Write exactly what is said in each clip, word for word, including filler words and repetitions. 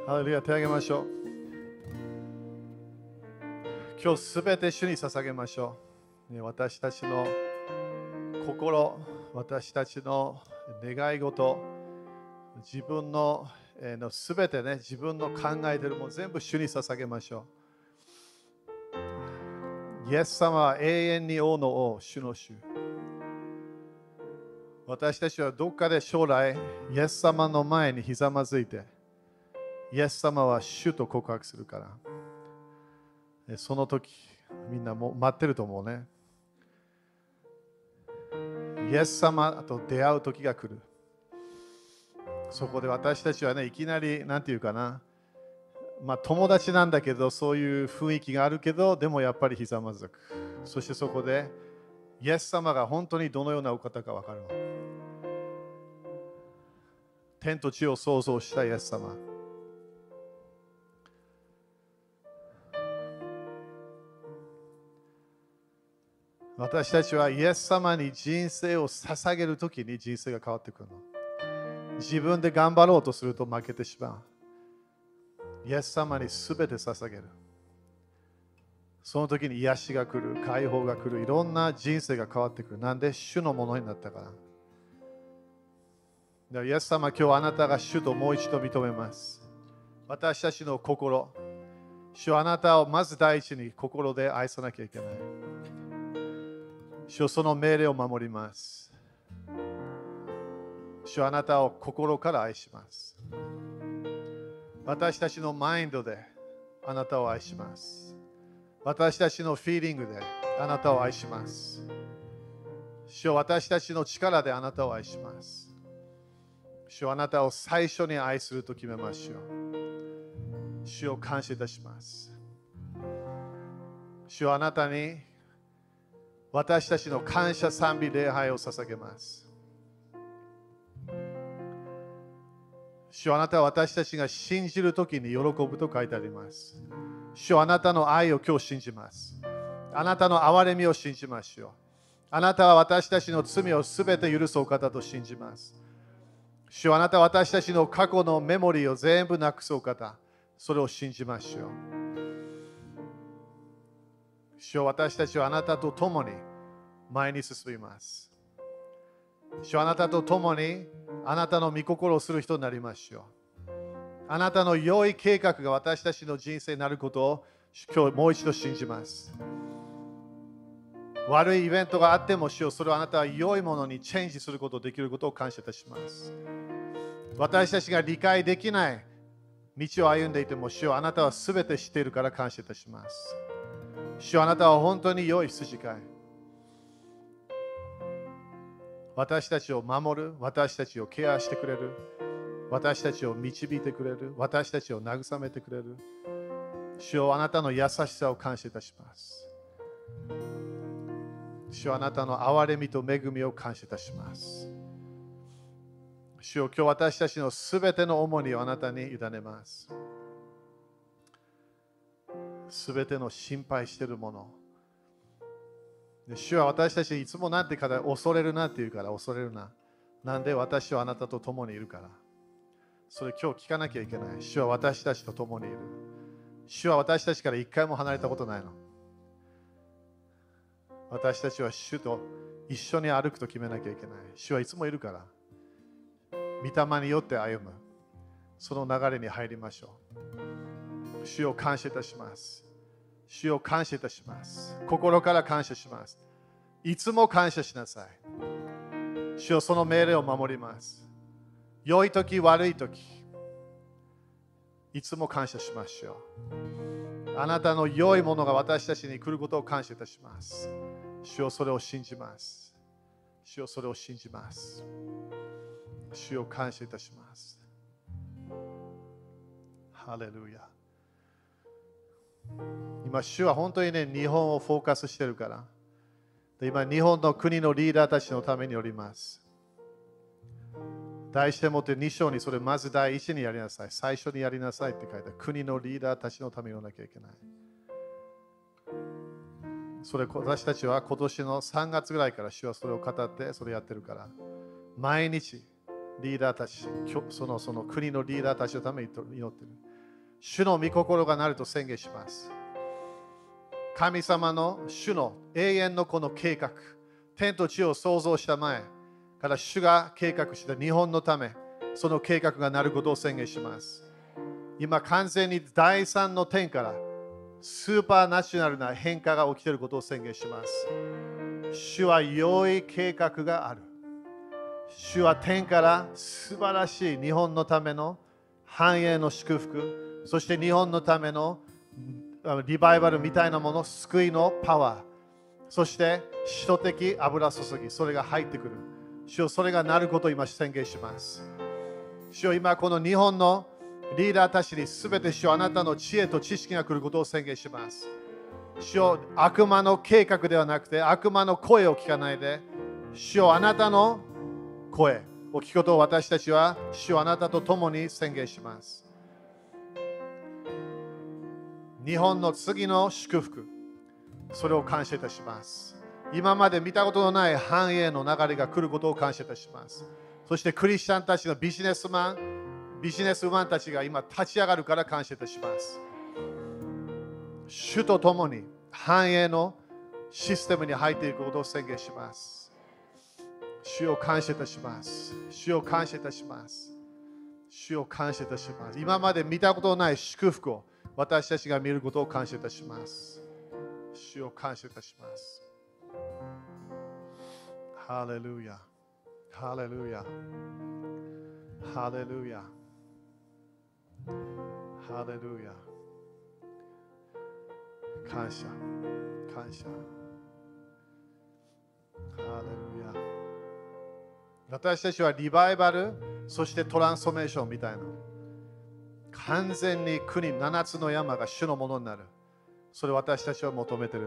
ハレルヤ、手を挙げましょう。今日すべて主に捧げましょう。ね、私たちの心、私たちの願い事、自分のすべてね、自分の考えているもの全部主に捧げましょう。イエス様は永遠に王の王、主の主。私たちはどっかで将来、イエス様の前にひざまずいて、イエス様は主と告白するから。その時、みんなもう待ってると思うね。イエス様と出会う時が来る。そこで私たちはね、いきなり、なんていうかな、まあ友達なんだけど、そういう雰囲気があるけど、でもやっぱりひざまずく。そしてそこで、イエス様が本当にどのようなお方か分かるの。天と地を創造したイエス様。私たちはイエス様に人生を捧げるときに人生が変わってくるの。自分で頑張ろうとすると負けてしまう。イエス様にすべて捧げる。その時に癒しが来る、解放が来る、いろんな人生が変わってくる。なんで主のものになったから。だからイエス様、今日あなたが主ともう一度認めます。私たちの心、主はあなたをまず第一に心で愛さなきゃいけない。主はその命令を守ります。主はあなたを心から愛します。私たちのマインドであなたを愛します。私たちのフィーリングであなたを愛します。主は私たちの力であなたを愛します。主はあなたを最初に愛すると決めましょう。主を感謝いたします。主はあなたに私たちの感謝賛美礼拝を捧げます。主はあなたは私たちが信じるときに喜ぶと書いてあります。主はあなたの愛を今日信じます。あなたの憐れみを信じましょう。あなたは私たちの罪をすべて許すお方と信じます。主はあなたは私たちの過去のメモリーを全部なくすお方。それを信じましょう。主は私たちはあなたと共に前に進みます。主はあなたと共にあなたの御心をする人になりましょう。あなたの良い計画が私たちの人生になることを今日もう一度信じます。悪いイベントがあっても主よ、それをあなたは良いものにチェンジすることができることを感謝いたします。私たちが理解できない道を歩んでいても主よ、あなたは全て知っているから感謝いたします。主よ、あなたは本当に良い筋飼い。私たちを守る、私たちをケアしてくれる、私たちを導いてくれる、私たちを慰めてくれる。主よ、あなたの優しさを感謝いたします。主よ、あなたの憐れみと恵みを感謝いたします。主よ、今日私たちのすべての重荷をあなたに委ねます。すべての心配しているもの。主は私たちいつもなんて言うから恐れるなって言うから恐れるな。なんで私はあなたと共にいるから。それ今日聞かなきゃいけない。主は私たちと共にいる。主は私たちから一回も離れたことないの。私たちは主と一緒に歩くと決めなきゃいけない。主はいつもいるから。御霊によって歩む。その流れに入りましょう。主を感謝いたします。主を感謝いたします。心から感謝します。いつも感謝しなさい。主よ、その命令を守ります。良い時、悪い時、いつも感謝しましょう。あなたの良いものが私たちに来ることを感謝いたします。主よ、それを信じます。主よ、それを信じます。主を感謝いたします。ハレルヤ。今、主は本当にね、日本をフォーカスしてるから。今、日本の国のリーダーたちのためにおります。題してもってに章にそれまず第一にやりなさい。最初にやりなさいって書いてある。国のリーダーたちのためにやらなきゃいけない。それ私たちは今年のさんがつぐらいから主はそれを語ってそれやってるから。毎日リーダーたち、そのその国のリーダーたちのために祈ってる。 主の御心がなると宣言します。神様の主の永遠のこの計画、天と地を創造した前から主が計画した日本のため、その計画がなることを宣言します。今完全に第三の天からスーパーナチュラルな変化が起きていることを宣言します。主は良い計画がある。主は天から素晴らしい日本のための繁栄の祝福、そして日本のためのリバイバルみたいなもの、救いのパワー、そして使徒的油注ぎ、それが入ってくる。主よ、それがなることを今宣言します。主よ、今この日本のリーダーたちにすべて主よ、あなたの知恵と知識が来ることを宣言します。主よ、悪魔の計画ではなくて悪魔の声を聞かないで、主よ、あなたの声を聞くことを私たちは主よ、あなたと共に宣言します。日本の次の祝福、それを感謝いたします。今まで見たことのない繁栄の流れが来ることを感謝いたします。そしてクリスチャンたちのビジネスマン、ビジネスマンたちが今立ち上がるから感謝いたします。主と共に繁栄のシステムに入っていくことを宣言します。主を感謝いたします。主を感謝いたします。主を感謝いたします。今まで見たことのない祝福を私たちが見ることを感謝いたします。主を感謝いたします。ハレルヤ。ハレルヤ。ハレルヤ。ハレルヤ。感謝。感謝。ハレルヤ。私たちはリバイバル、そしてトランスフォーメーションみたいな。完全に国ななつの山が主のものになる。それを私たちは求めている。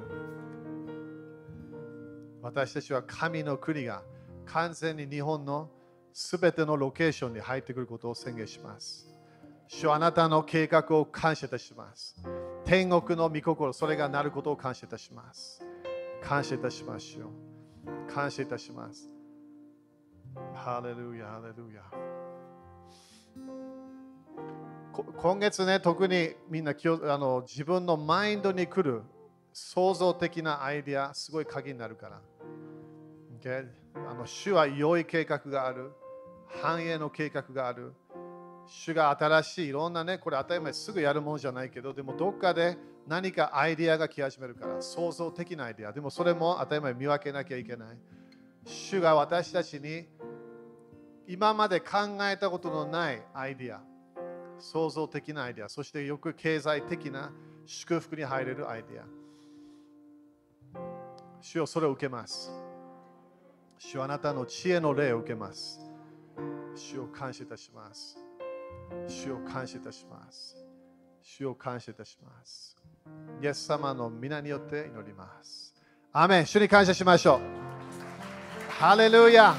私たちは神の国が完全に日本のすべてのロケーションに入ってくることを宣言します。主はあなたの計画を感謝いたします。天国の御心、それがなることを感謝いたします。感謝いたしますよ。感謝いたします。ハレルヤ、ハレルヤ。今月ね、特にみんな気をあの自分のマインドに来る創造的なアイデア、すごい鍵になるから。Okay? あの主は良い計画がある。繁栄の計画がある。主が新しいいろんなね、これ当たり前すぐやるものじゃないけど、でもどっかで何かアイデアが来始めるから、創造的なアイデア。でもそれも当たり前見分けなきゃいけない。主が私たちに今まで考えたことのないアイデア。創造的なアイデア、そしてよく経済的な祝福に入れるアイデア。主よ、それを受けます。主はあなたの知恵の霊を受けます。主を感謝いたします。主を感謝いたします。主を感謝いたします。イエス様の皆によって祈ります。アーメン。主に感謝しましょう。ハレルヤ。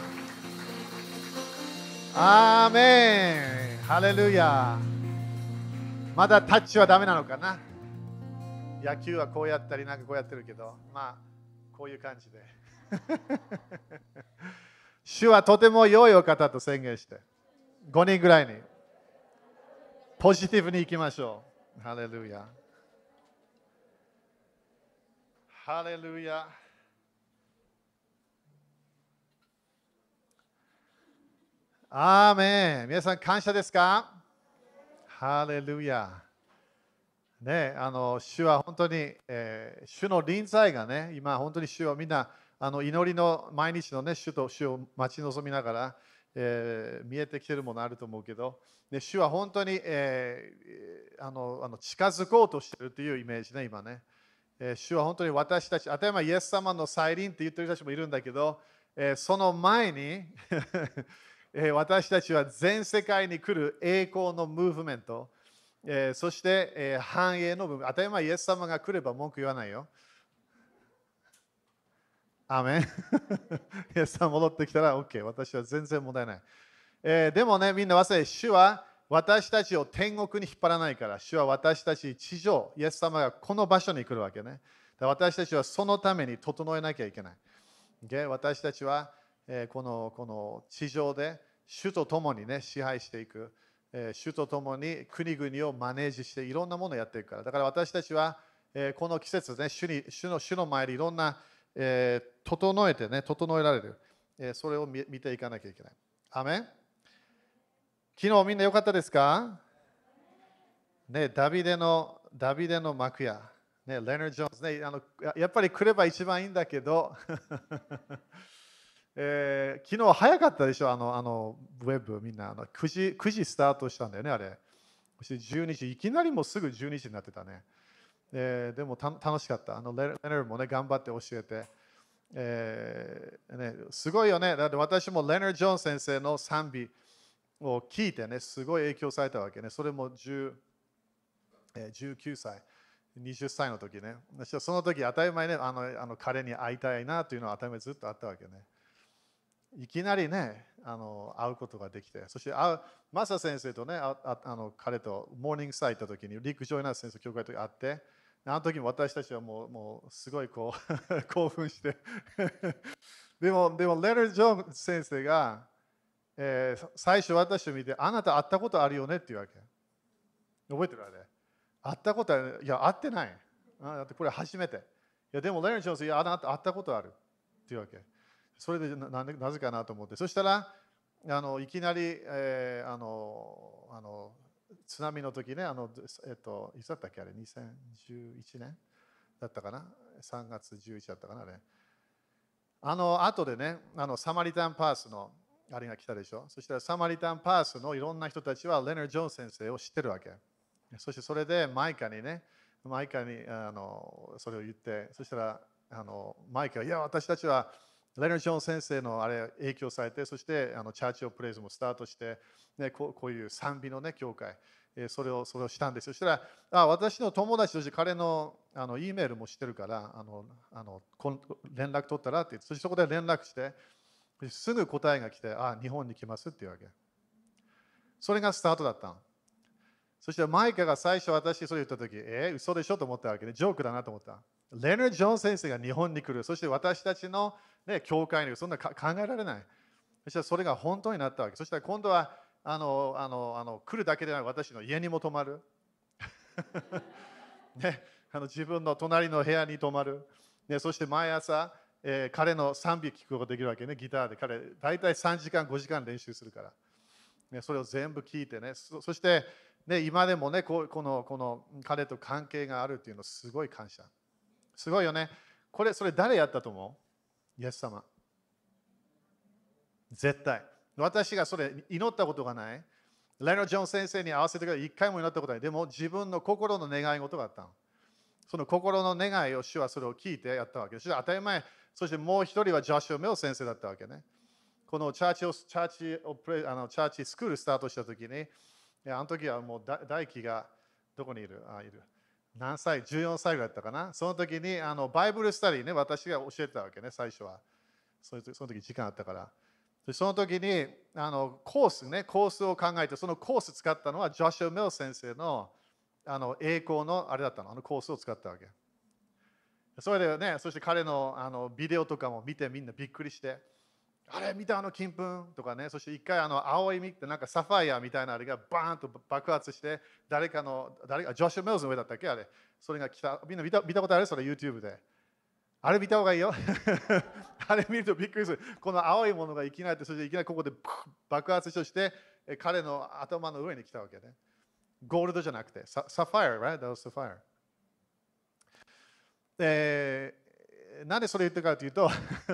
アーメン。ハレルヤ。まだタッチはダメなのかな。野球はこうやったりなんかこうやってるけど、まあこういう感じで。主はとても良いお方と宣言して、ごにんぐらいにポジティブに行きましょう。ハレルヤ。ハレルヤ。アーメン。皆さん感謝ですか？ハレルヤ。ね、あの主は本当に、えー、主の臨在がね、今本当に主はみんなあの祈りの毎日のね、主と主を待ち望みながら、えー、見えてきているものあると思うけど、ね、主は本当に、えー、あのあの近づこうとしているというイメージね、今ね。えー、主は本当に私たち、当たり前イエス様の再臨って言ってる人たちもいるんだけど、えー、その前に私たちは全世界に来る栄光のムーブメント、えー、そして、えー、繁栄の部分、当たり前イエス様が来れば文句言わないよ。アーメン。イエス様戻ってきたら OK。私は全然問題ない。えー、でもね、みんな忘れ、主は私たちを天国に引っ張らないから、主は私たち地上、イエス様がこの場所に来るわけね。私たちはそのために整えなきゃいけない。Okay? 私たちは、えー、このこの地上で主と共に、ね、支配していく、 えー主と共に国々をマネージしていろんなものをやっていくから。だから私たちは、えーこの季節ね、主に主の主の前でいろんな、えー整えてね、整えられる、えーそれを見見ていかなきゃいけない。アメン。昨日みんな良かったですか？ね、ダビデの、ダビデの幕屋、ね、レナード・ジョーンズ、ね、あのややっぱり来れば一番いいんだけど、えー昨日早かったでしょ、あの、あのウェブみんなあの9時、くじスタートしたんだよね、あれ。そしてじゅうにじ、いきなりもうすぐじゅうにじになってたね。えーでもた楽しかった。あのレナードもね、頑張って教えて。えーね、すごいよね。だって私もレナード・ジョーン先生の賛美を聞いてね、すごい影響されたわけね。それもじゅうえーじゅうきゅうさい、はたちの時ね。その時当たり前ね、あのあの彼に会いたいなというのは当たり前ずっとあったわけね。いきなりね、あの会うことができて、そして会うマサ先生とね、あああの彼とモーニングサイ行った時に、陸上稲先生、教会と会って、あの時も私たちはもうもうすごいこう興奮してでも、でも、レナード・ジョーン先生が、えー最初私を見て、あなた会ったことあるよねっていうわけ。覚えてるあれ。会ったことある。いや、会ってない。あだってこれ初めて。いや、でも、レナード・ジョーンズ、いや、あなた会ったことあるっていうわけ。それでなななぜかなと思って。そしたら、あのいきなり、えーあのあの津波の時ね、あのえっと、いつだったっけあれ、にせんじゅういちねんだったかな、さんがつじゅういちだったかな、あれ。あの後でね、あのサマリタンパースのあれが来たでしょ。そしたらサマリタンパースのいろんな人たちはレナード・ジョーンズ先生を知ってるわけ。そしてそれでマイカにね、マイカにあのそれを言って、そしたらあのマイカが、いや、私たちはレナード・ジョーンズ先生のあれ影響されて、そしてあのチャーチオプレイズもスタートして、ね、こうこういう賛美の、ね、教会、えーそれをそれをしたんですよ。そしたら、あ私の友達として彼のあの E メールも知ってるから、あのあのこん連絡取ったらって言って、そしてそこで連絡して、すぐ答えが来て、あ日本に来ますっていうわけ。それがスタートだったの。そしてマイカが最初私それ言ったとき、えー、嘘でしょと思ったわけで、ジョークだなと思った。レナード・ジョーンズ先生が日本に来る、そして私たちの、ね、教会に来る、そんな考えられない。そしたらそれが本当になったわけ。そしたら今度はあのあのあの来るだけでなく私の家にも泊まる。ね、あの自分の隣の部屋に泊まる。ね、そして毎朝、えー彼の賛美を聞くことができるわけね、ギターで。彼、大体さんじかん、ごじかん練習するから。ね、それを全部聞いてね。そそして、ね、今でもねこうこの、この彼と関係があるっていうのすごい感謝。すごいよね。これ、それ誰やったと思う？イエス様。絶対。私がそれ祈ったことがない。レナード・ジョーンズ先生に合わせてから一回も祈ったことない。でも自分の心の願い事があったの。その心の願いを主はそれを聞いてやったわけです。当たり前。そしてもう一人はジョシュ・メオ先生だったわけね。このチャーチを、チャーチをプレあのチャーチスクールスタートしたときに、あの時はもう大輝がどこにいるあいる何歳 ?じゅうよん 歳ぐらいだったかな。その時にあのバイブルスタディね、私が教えてたわけね、最初は。その時その時時間あったから。その時にあのコースね、コースを考えて、そのコース使ったのはジョシュ・メル先生のあの栄光のあれだったの、あのコースを使ったわけ。それでね、そして彼のあのビデオとかも見てみんなびっくりして、あれ見たあの金粉とかね、そして一回あの青い実ってなんかサファイアみたいなあれがバーンと爆発して、誰かの、誰か、ジョシュ・メルズの上だったっけあれ。それが来た。みんな見た見たことあるそれ YouTube で。あれ見た方がいいよ。あれ見るとびっくりする。この青いものがいきなり、そしていきなりここで爆発して、彼の頭の上に来たわけね。ゴールドじゃなくて、サファイア、right? That was sapphire. えー、なんでそれ言ってるかというと、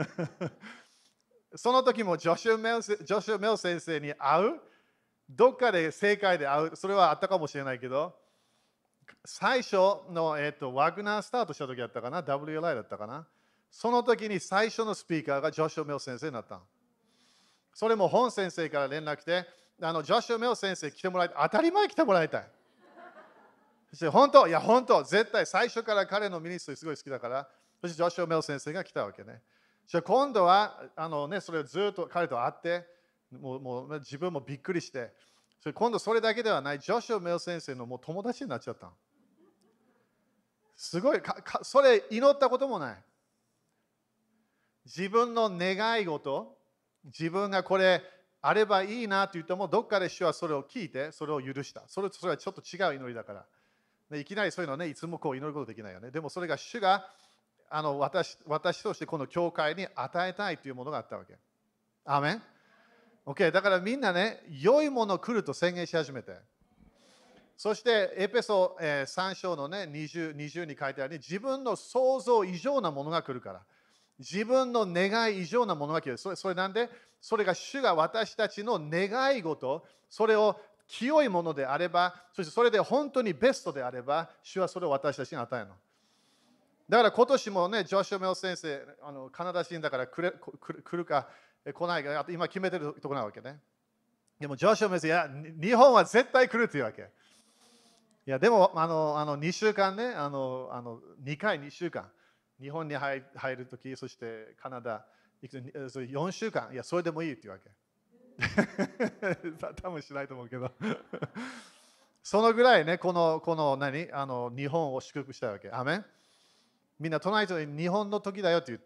その時もジョシュ・メルジョシュメル先生に会う、どっかで正解で会う、それはあったかもしれないけど、最初の、えー、とワグナースタートした時だったかな、ダブリューエルアイ だったかな。その時に最初のスピーカーがジョシュ・メル先生になった。それも本先生から連絡来て、あのジョシュ・メル先生来てもらいたい。当たり前来てもらいたい。そして本当、いや本当、絶対最初から彼のミニストリーすごい好きだから、そしてジョシュ・メル先生が来たわけね。じゃあ今度はあの、ね、それをずっと彼と会って、もうもう自分もびっくりして、それ今度それだけではない、ジョシュ・メル先生のもう友達になっちゃったの。すごいかか、それ祈ったこともない。自分の願い事、自分がこれあればいいなと言っても、どっかで主はそれを聞いて、それを許した。それそれはちょっと違う祈りだから。でいきなりそういうのね、いつもこう祈ることできないよね。でもそれが主があの 私, 私としてこの教会に与えたいというものがあったわけ。アーメン ?OK。だからみんなね、良いもの来ると宣言し始めて。そして、エペソ、えー、さん章のね、にじゅう, にじゅうに書いてあるように、自分の想像以上なものが来るから。自分の願い以上なものが来る。それ、それなんで、それが主が私たちの願い事、それを清いものであれば、そしてそれで本当にベストであれば、主はそれを私たちに与えるの。だから今年もね、ジョシュ・メル先生、あのカナダ人だから来れ来るか来ないか、今決めてるところなわけね。でも、ジョシュ・メル先生、いや、日本は絶対来るというわけ。いや、でも、あの、あのにしゅうかんね、あの、あのにかいにしゅうかん、日本に入るとき、そしてカナダ行くとよんしゅうかん、いや、それでもいいというわけ。多分しないと思うけど。そのぐらいね、この、この何あの日本を祝福したわけ。アメン。みんな隣人に日本の時だよって言って。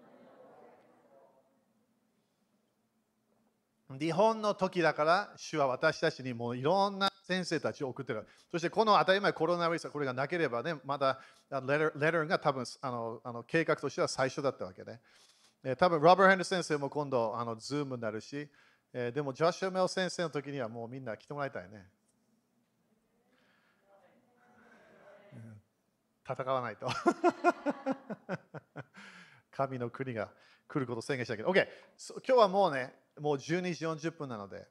日本の時だから、主は私たちにもういろんな先生たちを送ってる。そしてこの当たり前コロナウイルス、これがなければね、まだレター、レターが多分あのあの計画としては最初だったわけね。えー、多分ロバート・ヘンド先生も今度、あのズームになるし、えー、でもジョシュ・メル先生の時にはもうみんな来てもらいたいね。戦わないと。神の国が来ることを宣言したけど、OK、今日はもうね、もうじゅうにじよんじゅっぷんなので、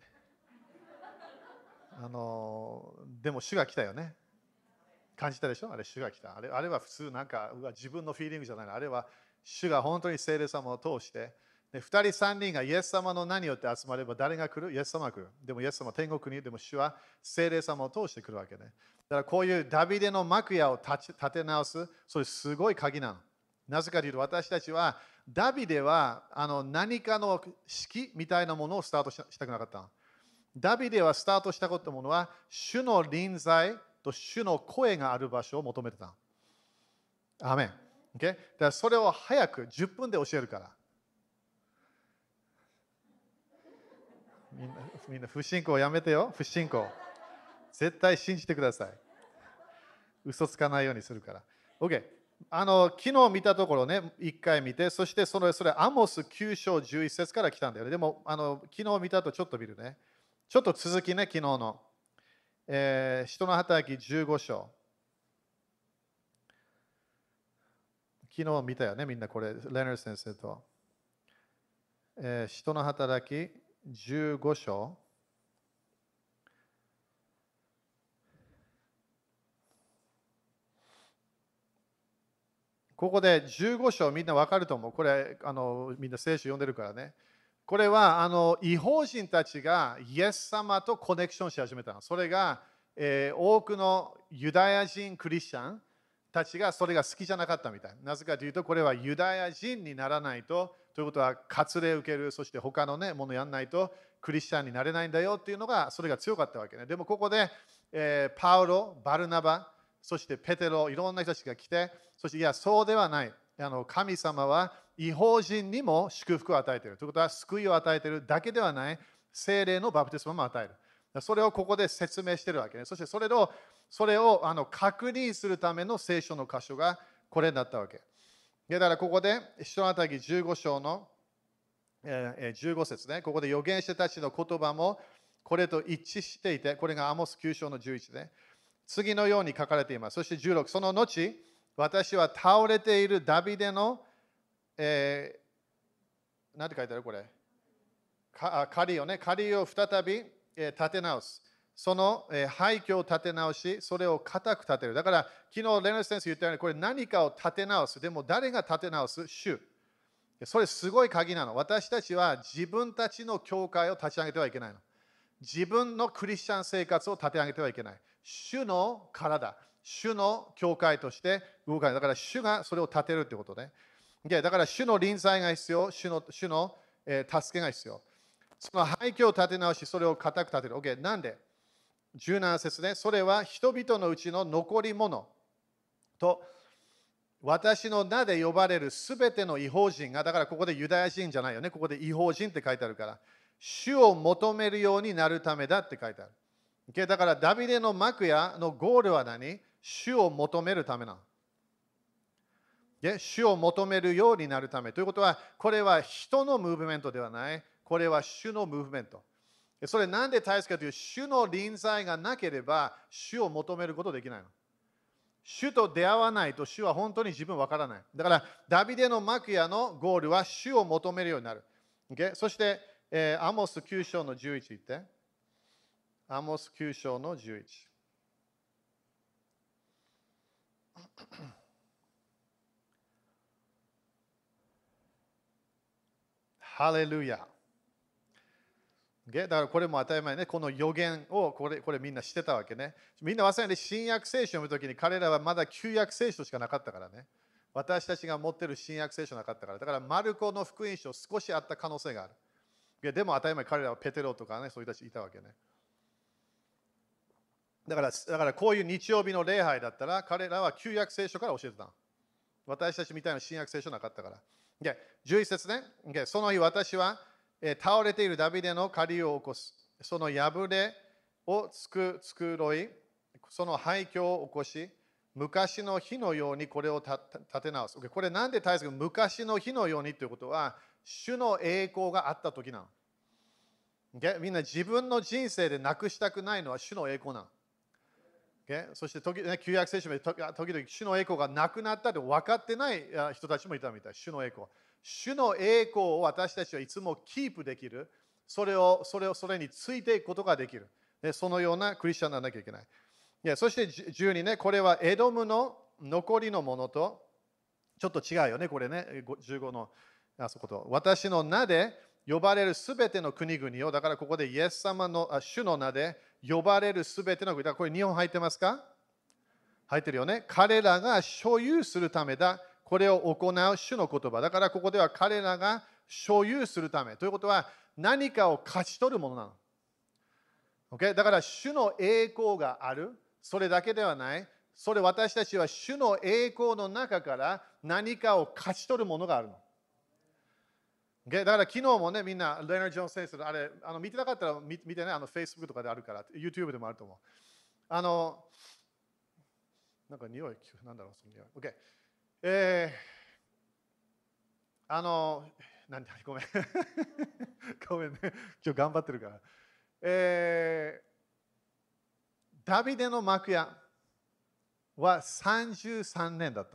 あのでも主が来たよね。感じたでしょあれ、主が来た。あれあれは普通、なんかうわ自分のフィーリングじゃないの。あれは主が本当に聖霊様を通して、でふたりさんにんがイエス様の名によって集まれば誰が来るイエス様が来る。でもイエス様は天国に、でも主は聖霊様を通して来るわけね。だからこういうダビデの幕屋を立て直す、それすごい鍵なの。なぜかというと私たちは、ダビデはあの何かの式みたいなものをスタートしたくなかったの。ダビデはスタートしたことものは、主の臨在と主の声がある場所を求めてた。アーメン。Okay? だからそれを早くじゅっぷんで教えるから。みんな、みんな不信仰やめてよ。不信仰。絶対信じてください。嘘つかないようにするから。OK。あの昨日見たところね、いっかい見て、そしてそれ、それアモスきゅう章じゅういっ節から来たんだよね。でも、あの昨日見たとちょっと見るね。ちょっと続きね、昨日の。えー、人の働きじゅうご章。昨日見たよね、みんなこれ、レナード先生と。えー、人の働きじゅうご章。ここでじゅうご章みんなわかると思う。これ、あのみんな聖書読んでるからね。これはあの異邦人たちがイエス様とコネクションし始めたの。それが、えー、多くのユダヤ人クリスチャンたちがそれが好きじゃなかったみたい。なぜかというと、これはユダヤ人にならないと、ということは割礼受ける、そして他の、ね、ものやらないとクリスチャンになれないんだよっていうのが、それが強かったわけね。でもここで、えー、パウロ、バルナバ、そしてペテロ、いろんな人たちが来て、そしていや、そうではない。あの神様は異邦人にも祝福を与えている。ということは、救いを与えているだけではない、聖霊のバプテスマも与える。それをここで説明しているわけね。そしてそれをそれをあの確認するための聖書の箇所がこれになったわけ。だからここで、人の働きじゅうご章のじゅうご節ね、ここで預言者たちの言葉もこれと一致していて、これがアモスきゅう章のじゅういちで、次のように書かれています。そしてじゅうろく、その後、私は倒れているダビデの、えー、なんて書いてあるこれ仮をね、仮を再び、えー、立て直す。その、えー、廃墟を立て直し、それを固く立てる。だから、昨日レナス先生言ったように、これ何かを立て直す。でも誰が立て直す？主。それすごい鍵なの。私たちは自分たちの教会を立ち上げてはいけないの。自分のクリスチャン生活を立て上げてはいけない。主の体、主の教会として動かない。だから主がそれを立てるということね。だから主の臨在が必要、主の、主の、えー、助けが必要。その廃墟を立て直し、それを固く立てる。OK、なんでじゅうなな節ね、それは人々のうちの残り物と、私の名で呼ばれるすべての異邦人が、だからここでユダヤ人じゃないよね、ここで異邦人って書いてあるから、 主を求めるようになるためだって書いてある。Okay? だからダビデの幕屋のゴールは何？主を求めるためなの。Okay? 主を求めるようになるため。ということは、これは人のムーブメントではない。これは主のムーブメント。それなんで大切かというと、主の臨在がなければ、主を求めることできないの。主と出会わないと、主は本当に自分わからない。だから、ダビデの幕屋のゴールは主を求めるようになる。Okay? そして、えー、アモスきゅう章のじゅういち言って。アモスきゅう章のじゅういち。ハレルヤ。だからこれも当たり前ね、この予言をこれこれみんなしてたわけね。みんな忘れないで新約聖書を読むときに彼らはまだ旧約聖書しかなかったからね。私たちが持ってる新約聖書なかったから。だからマルコの福音書少しあった可能性がある。でも当たり前彼らはペテロとかね、そういう人たちいたわけね。だからだからこういう日曜日の礼拝だったら彼らは旧約聖書から教えてた。私たちみたいな新約聖書なかったから。でじゅういち節ね。でその日私は倒れているダビデの借りを起こす。その破れをつく繕い、その廃墟を起こし、昔の日のようにこれを立て直す。これなんで大切か、昔の日のようにということは、主の栄光があった時なの。みんな自分の人生でなくしたくないのは主の栄光なの。そして時、ね、旧約聖書で時々主の栄光がなくなったって分かってない人たちもいたみたい。主の栄光。主の栄光を私たちはいつもキープできる。それを、それを、それについていくことができる。でそのようなクリスチャンにならなきゃいけない。いやそしてじゅうにね、これはエドムの残りのものと、ちょっと違うよね、これね、じゅうごのあそこと。私の名で呼ばれるすべての国々を、だからここでイエス様の、あ主の名で呼ばれるすべての国、だからこれ日本入ってますか？入ってるよね。彼らが所有するためだ。これを行う主の言葉。だからここでは彼らが所有するため。ということは何かを勝ち取るものなの。Okay? だから主の栄光がある。それだけではない。それ私たちは主の栄光の中から何かを勝ち取るものがあるの。Okay? だから昨日もね、みんな、レナー・ジョン先生のあれ、あの見てなかったら見てね、あの Facebook とかであるから、YouTube でもあると思う。あの、なんか匂い、なんだろう、その匂い。OK。えー、あの、なんで、ごめん。ごめんね。今日頑張ってるから。えー、ダビデの幕屋はさんじゅうさんねんだった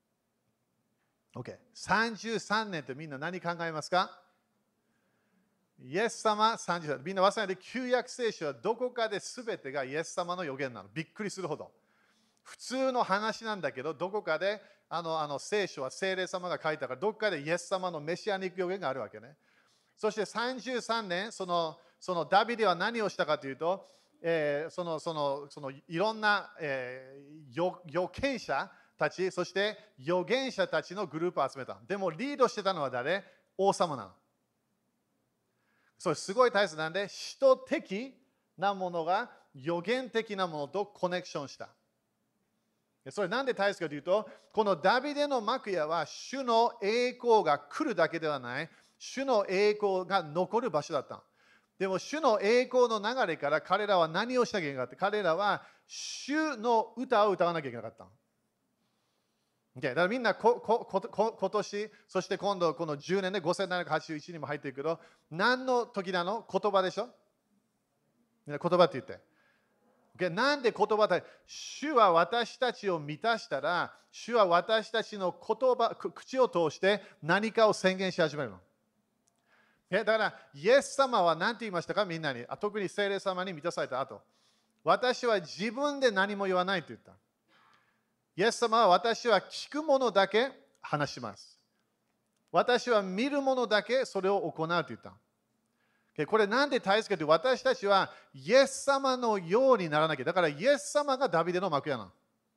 。OK。さんじゅうさんねんってみんな何考えますか？イエス様さんじゅうさんねん。みんな忘れないで、旧約聖書はどこかで全てがイエス様の予言なの。びっくりするほど。普通の話なんだけど、どこかであのあの聖書は聖霊様が書いたから、どこかでイエス様のメシアニック予言があるわけね。そしてさんじゅうさんねん、そのそのダビデは何をしたかというと、えー、そのそのそのいろんな、えー、預言者たち、そして預言者たちのグループを集めた。でもリードしてたのは誰？王様なの。それすごい大切なんで、使徒的なものが予言的なものとコネクションした。それなんで大切かというと、このダビデの幕屋は主の栄光が来るだけではない、主の栄光が残る場所だった。でも主の栄光の流れから彼らは何をしなきゃいけなかった？彼らは主の歌を歌わなきゃいけなかった。Okay、だからみんなこここ今年、そして今度このじゅうねんでごせんななひゃくはちじゅういちにも入っていくけど、何の時なの？言葉でしょ？みんな言葉って言って。なんで言葉だ？主は私たちを満たしたら、主は私たちの言葉、口を通して何かを宣言し始めるの。だから、イエス様は何て言いましたか？みんなに。特に聖霊様に満たされた後。私は自分で何も言わないと言った。イエス様は私は聞くものだけ話します。私は見るものだけそれを行うと言った。これなんで大切かというと、私たちはイエス様のようにならなきゃ。だからイエス様がダビデの幕屋なの。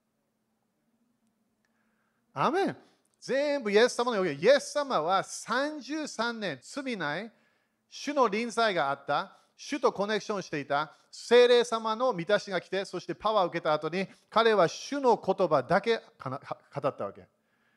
アメン。全部イエス様のように。イエス様はさんじゅうさんねん罪ない、主の臨在があった、主とコネクションしていた、聖霊様の満たしが来て、そしてパワーを受けた後に、彼は主の言葉だけ語ったわけ。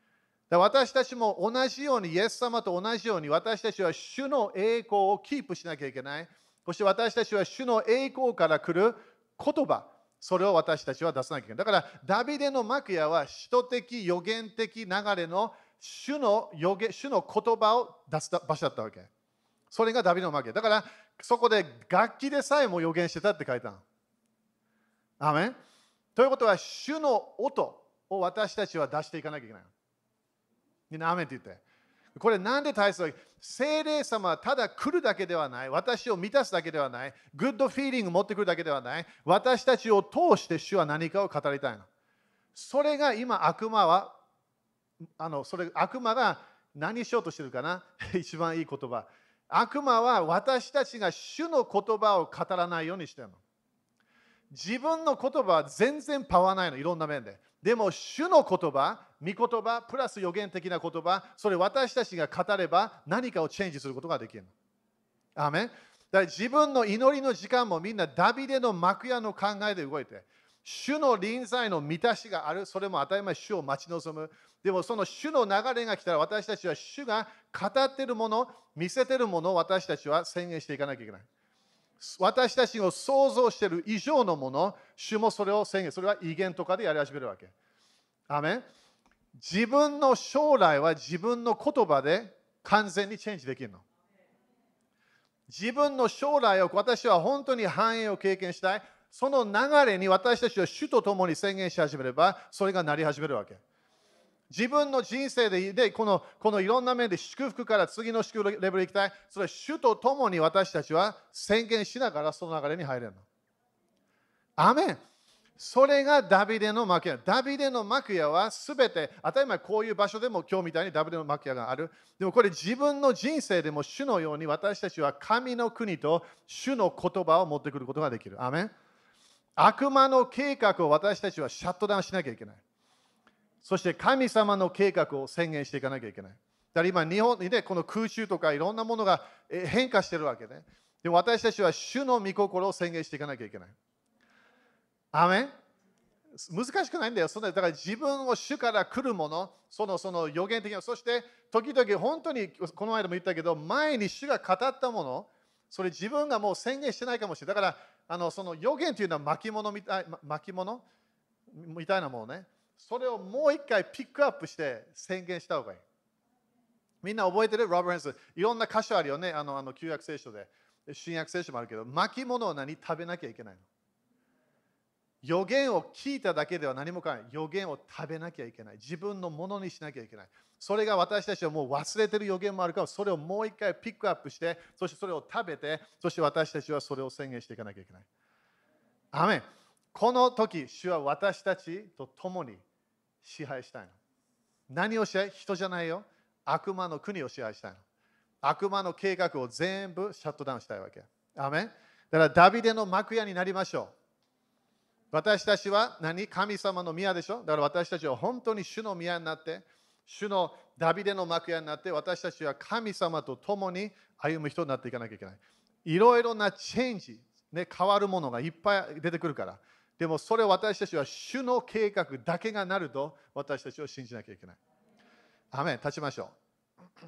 で私たちも同じように、イエス様と同じように、私たちは主の栄光をキープしなきゃいけない。そして私たちは主の栄光から来る言葉、それを私たちは出さなきゃいけない。だから、ダビデの幕屋は、使徒的、予言的流れの主の予言主の言葉を出す場所だったわけ。それがダビデの幕屋。だから、そこで楽器でさえも予言してたって書いたの。アメン。ということは、主の音を私たちは出していかなきゃいけない。みんなアメンって言って。これなんで大切か。聖霊様はただ来るだけではない。私を満たすだけではない。グッドフィーリング持ってくるだけではない。私たちを通して主は何かを語りたいの。それが今悪魔は、あのそれ悪魔が何しようとしてるかな一番いい言葉。悪魔は私たちが主の言葉を語らないようにしてるの。自分の言葉は全然パワーないの、いろんな面で。でも、主の言葉、御言葉、プラス予言的な言葉、それ私たちが語れば何かをチェンジすることができるの。アーメン。だから自分の祈りの時間もみんなダビデの幕屋の考えで動いて、主の臨在の満たしがある、それも当たり前、主を待ち望む。でもその主の流れが来たら私たちは主が語っているもの、見せているものを私たちは宣言していかなきゃいけない。私たちを想像している以上のもの、主もそれを宣言、それは異言とかでやり始めるわけ。アメン。自分の将来は自分の言葉で完全にチェンジできるの。自分の将来を私は本当に繁栄を経験したい。その流れに私たちは主と共に宣言し始めれば、それがなり始めるわけ。自分の人生で、でこのこのいろんな面で祝福から次の祝福レベルに行きたい。それは主と共に私たちは宣言しながらその流れに入れるの。アメン。それがダビデの幕屋。ダビデの幕屋はすべて、当たり前こういう場所でも今日みたいにダビデの幕屋がある。でもこれ自分の人生でも主のように私たちは神の国と主の言葉を持ってくることができる。アメン。悪魔の計画を私たちはシャットダウンしなきゃいけない。そして神様の計画を宣言していかなきゃいけない。だから今、日本でこの空襲とかいろんなものが変化しているわけね。でも私たちは主の御心を宣言していかなきゃいけない。アメン。難しくないんだよ。それだから自分を主から来るもの、そのその予言的な、そして時々本当にこの間も言ったけど、前に主が語ったもの、それ自分がもう宣言してないかもしれない。だからあのその予言というのは巻物みたい、巻物みたいなものね。それをもう一回ピックアップして宣言した方がいい。みんな覚えてる？ロバート・ヘンス。いろんな箇所あるよね。あのあの旧約聖書で。新約聖書もあるけど、巻物を何食べなきゃいけないの。予言を聞いただけでは何もかない。予言を食べなきゃいけない。自分のものにしなきゃいけない。それが私たちはもう忘れてる予言もあるから、それをもう一回ピックアップして、そしてそれを食べて、そして私たちはそれを宣言していかなきゃいけない。アメン。この時、主は私たちと共に支配したいの。何を支配？人じゃないよ。悪魔の国を支配したいの。悪魔の計画を全部シャットダウンしたいわけ。アメン。だからダビデの幕屋になりましょう。私たちは何？神様の宮でしょ。だから私たちは本当に主の宮になって、主のダビデの幕屋になって、私たちは神様と共に歩む人になっていかなきゃいけない。いろいろなチェンジ、ね、変わるものがいっぱい出てくるから。でもそれを私たちは主の計画だけがなると私たちを信じなきゃいけない。アメン。立ちましょう。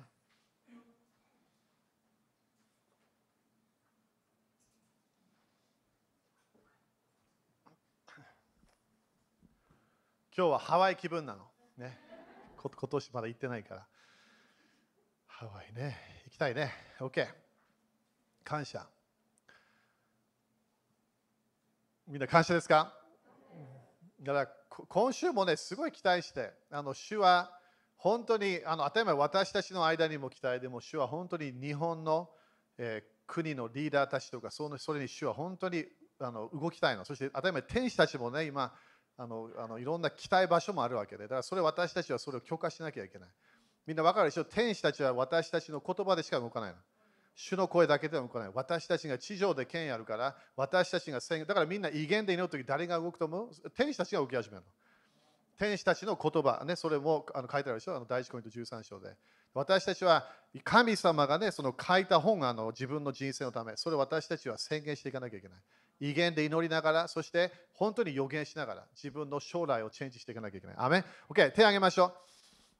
今日はハワイ気分なの。ね、今年まだ行ってないから。ハワイね。行きたいね。OK。感謝。みんな感謝ですか？だから今週もね、すごい期待して、あの主は本当に、あの当たり前私たちの間にも期待でも、主は本当に日本の、えー、国のリーダーたちとか、そのそれに主は本当にあの動きたいの。そして当たり前天使たちもね、今、あのあのいろんな期待場所もあるわけで、だからそれ私たちはそれを許可しなきゃいけない。みんな分かるでしょ？天使たちは私たちの言葉でしか動かないの。主の声だけでは動かない。私たちが地上で権威あるから、私たちが宣言、だからみんな異言で祈るとき誰が動くと思う？天使たちが動き始めるの。天使たちの言葉、ね、それもあの書いてあるでしょ？あの第一コリントじゅうさん章で。私たちは神様がね、その書いた本があの自分の人生のため、それを私たちは宣言していかなきゃいけない。異言で祈りながら、そして本当に予言しながら、自分の将来をチェンジしていかなきゃいけない。アメン。OK、手を挙げましょう。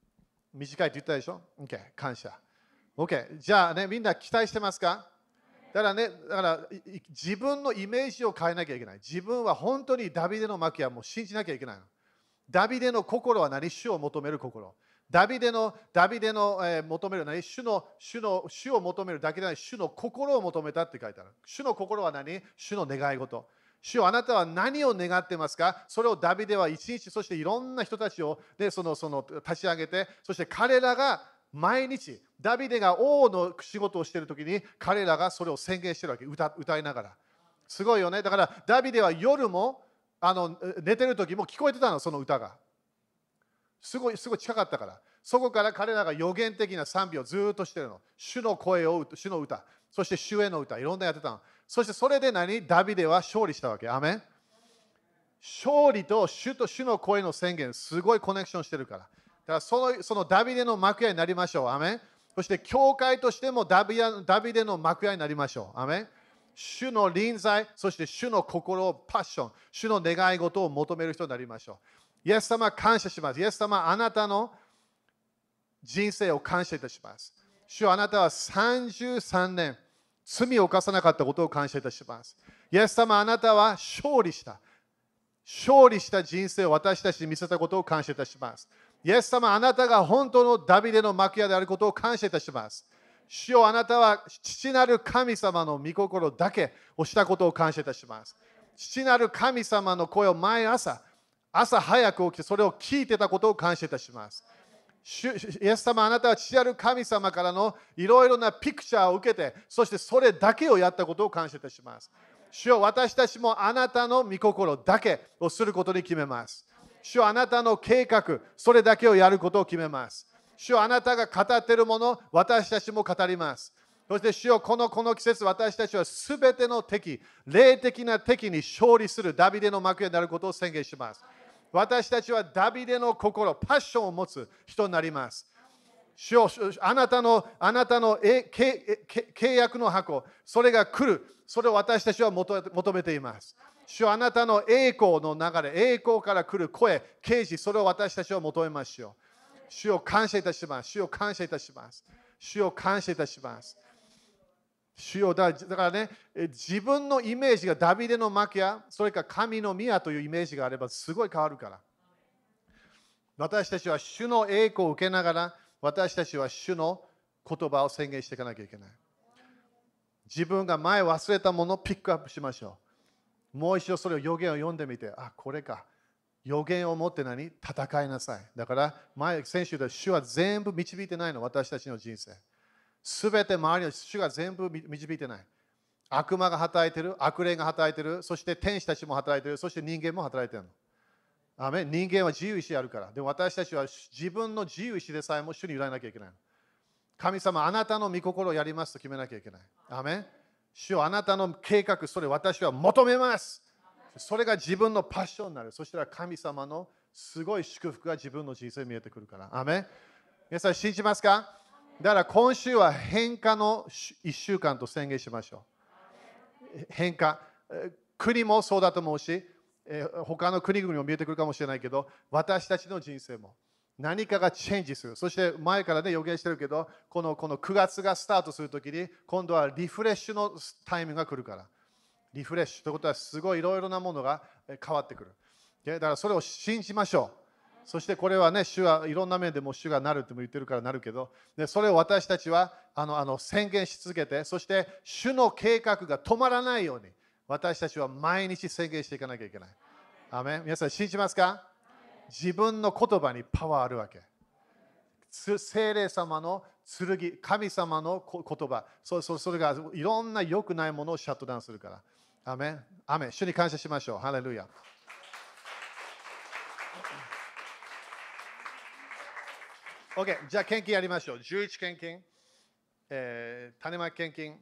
短いって言ったでしょ？ OK、感謝。OK、じゃあね、みんな期待してますか？だからね、だから自分のイメージを変えなきゃいけない。自分は本当にダビデの幕屋も信じなきゃいけないの。ダビデの心は何？主を求める心。ダビデの、ダビデの、えー、求める何？主の、主の、主を求めるだけではない、主の心を求めたって書いてある。主の心は何？主の願い事。主よ、あなたは何を願ってますか？それをダビデは一日、そしていろんな人たちを、ね、そのその立ち上げて、そして彼らが毎日、ダビデが王の仕事をしているときに、彼らがそれを宣言しているわけ、歌、歌いながら。すごいよね。だから、ダビデは夜もあの寝てるときも聞こえてたの、その歌が。すごい、すごい近かったから。そこから彼らが予言的な賛美をずっとしてるの。主の声を、主の歌、そして主への歌、いろんなやってたの。そしてそれで何？ダビデは勝利したわけ。アメン。勝利と主と主の声の宣言、すごいコネクションしてるから。だからそのそのダビデの幕屋になりましょう。アメン。そして教会としてもダビダビデの幕屋になりましょう。アメン。主の臨在、そして主の心、パッション、主の願い事を求める人になりましょう。イエス様、感謝します。イエス様、あなたの人生を感謝いたします。主よ、あなたはさんじゅうさんねん、罪を犯さなかったことを感謝いたします。イエス様、あなたは勝利した。勝利した人生を私たちに見せたことを感謝いたします。イエス様、あなたが本当のダビデの幕屋であることを感謝いたします。主よ、あなたは父なる神様の御心だけをしたことを感謝いたします。父なる神様の声を毎朝、朝早く起きてそれを聞いてたことを感謝いたします。イエス様、あなたは父なる神様からのいろいろなピクチャーを受けて、そしてそれだけをやったことを感謝いたします。主よ、私たちもあなたの御心だけをすることに決めます。主よ、あなたの計画、それだけをやることを決めます。主よ、あなたが語っているもの、私たちも語ります。そして主よ、このこの季節、私たちはすべての敵、霊的な敵に勝利するダビデの幕屋になることを宣言します。私たちはダビデの心、パッションを持つ人になります。主よ、あなたの、あなたの契約の箱、それが来る。それを私たちは求めています。主よ、あなたの栄光の流れ、栄光から来る声、啓示、それを私たちは求めましょう。主を感謝いたします。主を感謝いたします。主を感謝いたします。主よ、だからね、自分のイメージがダビデの幕屋、それから神の宮というイメージがあればすごい変わるから。私たちは主の栄光を受けながら、私たちは主の言葉を宣言していかなきゃいけない。自分が前忘れたものをピックアップしましょう。もう一度それを予言を読んでみて、あ、これか。予言を持って何？戦いなさい。だから前、先週で主は全部導いてないの、私たちの人生。すべて周りの主が全部導いてない。悪魔が働いてる、悪霊が働いてる、そして天使たちも働いてる、そして人間も働いてるの。アメン。人間は自由意志あるから。でも私たちは自分の自由意志でさえも主に委ねなきゃいけない。神様、あなたの御心をやりますと決めなきゃいけない。アメン。主よ、あなたの計画、それ私は求めます。それが自分のパッションになる。そしたら神様のすごい祝福が自分の人生に見えてくるから。アメン。皆さん信じますか？だから今週は変化のいっしゅうかんと宣言しましょう。変化。国もそうだと思うし、他の国々も見えてくるかもしれないけど、私たちの人生も何かがチェンジする。そして前からね予言してるけど、このこのくがつがスタートするときに、今度はリフレッシュのタイミングが来るから。リフレッシュということはすごいいろいろなものが変わってくる。だからそれを信じましょう。そしてこれはね、主はいろんな面でも主がなるっても言ってるからなるけど、でそれを私たちはあのあの宣言し続けて、そして主の計画が止まらないように、私たちは毎日宣言していかなきゃいけない。アメン。皆さん信じますか？自分の言葉にパワーあるわけ。聖霊様の剣、神様の言葉、そそそれがいろんな良くないものをシャットダウンするから。アメン。アメン。主に感謝しましょう。ハレルヤ。OK、じゃあ献金やりましょう。じゅういち献金、えー、種まき献金、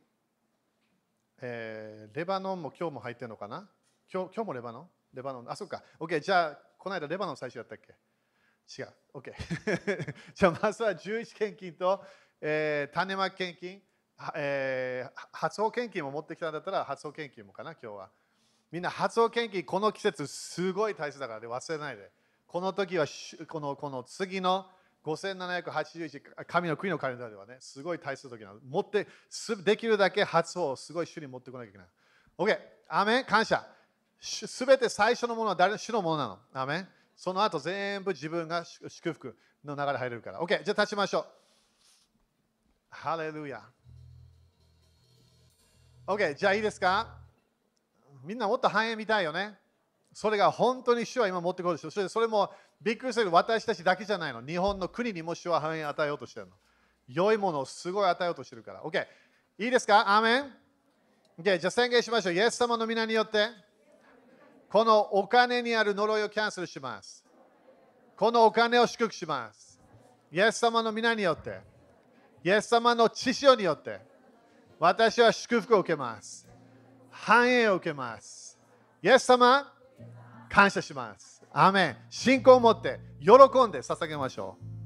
えー、レバノンも今日も入ってるのかな？今日今日もレバノン？レバノン。あ、そっか。OK、じゃあ、この間レバノン最初やったっけ？違う。OK。じゃあ、まずはじゅういち献金と、えー、種まき献金、えー、発音献金も持ってきたんだったら、発音献金もかな、今日は。みんな発音献金、この季節すごい大切だからで忘れないで。この時はこの、この次のごせんななひゃくはちじゅういち、神の国のカレンダーではね、すごい大切な時なの。持って、できるだけ発音をすごい主に持ってこなきゃいけない。OK、アーメン、感謝。すべて最初のものは誰の主のものなの。アーメン。その後全部自分が祝福の流れ入れるから。OK、じゃあ立ちましょう。ハレルヤ。OK、じゃあいいですか？みんなもっと繁栄見たいよね。それが本当に主は今持ってこるでしょ。それそれもびっくりする私たちだけじゃないの。日本の国にも主は繁栄を与えようとしてるの。良いものをすごい与えようとしてるから。OK、いいですか？アーメン。OK、じゃあ宣言しましょう。イエス様の皆によって、このお金にある呪いをキャンセルします。このお金を祝福します。イエス様の皆によって、イエス様の血潮によって、私は祝福を受けます。繁栄を受けます。イエス様、感謝します。アーメン。信仰を持って、喜んで捧げましょう。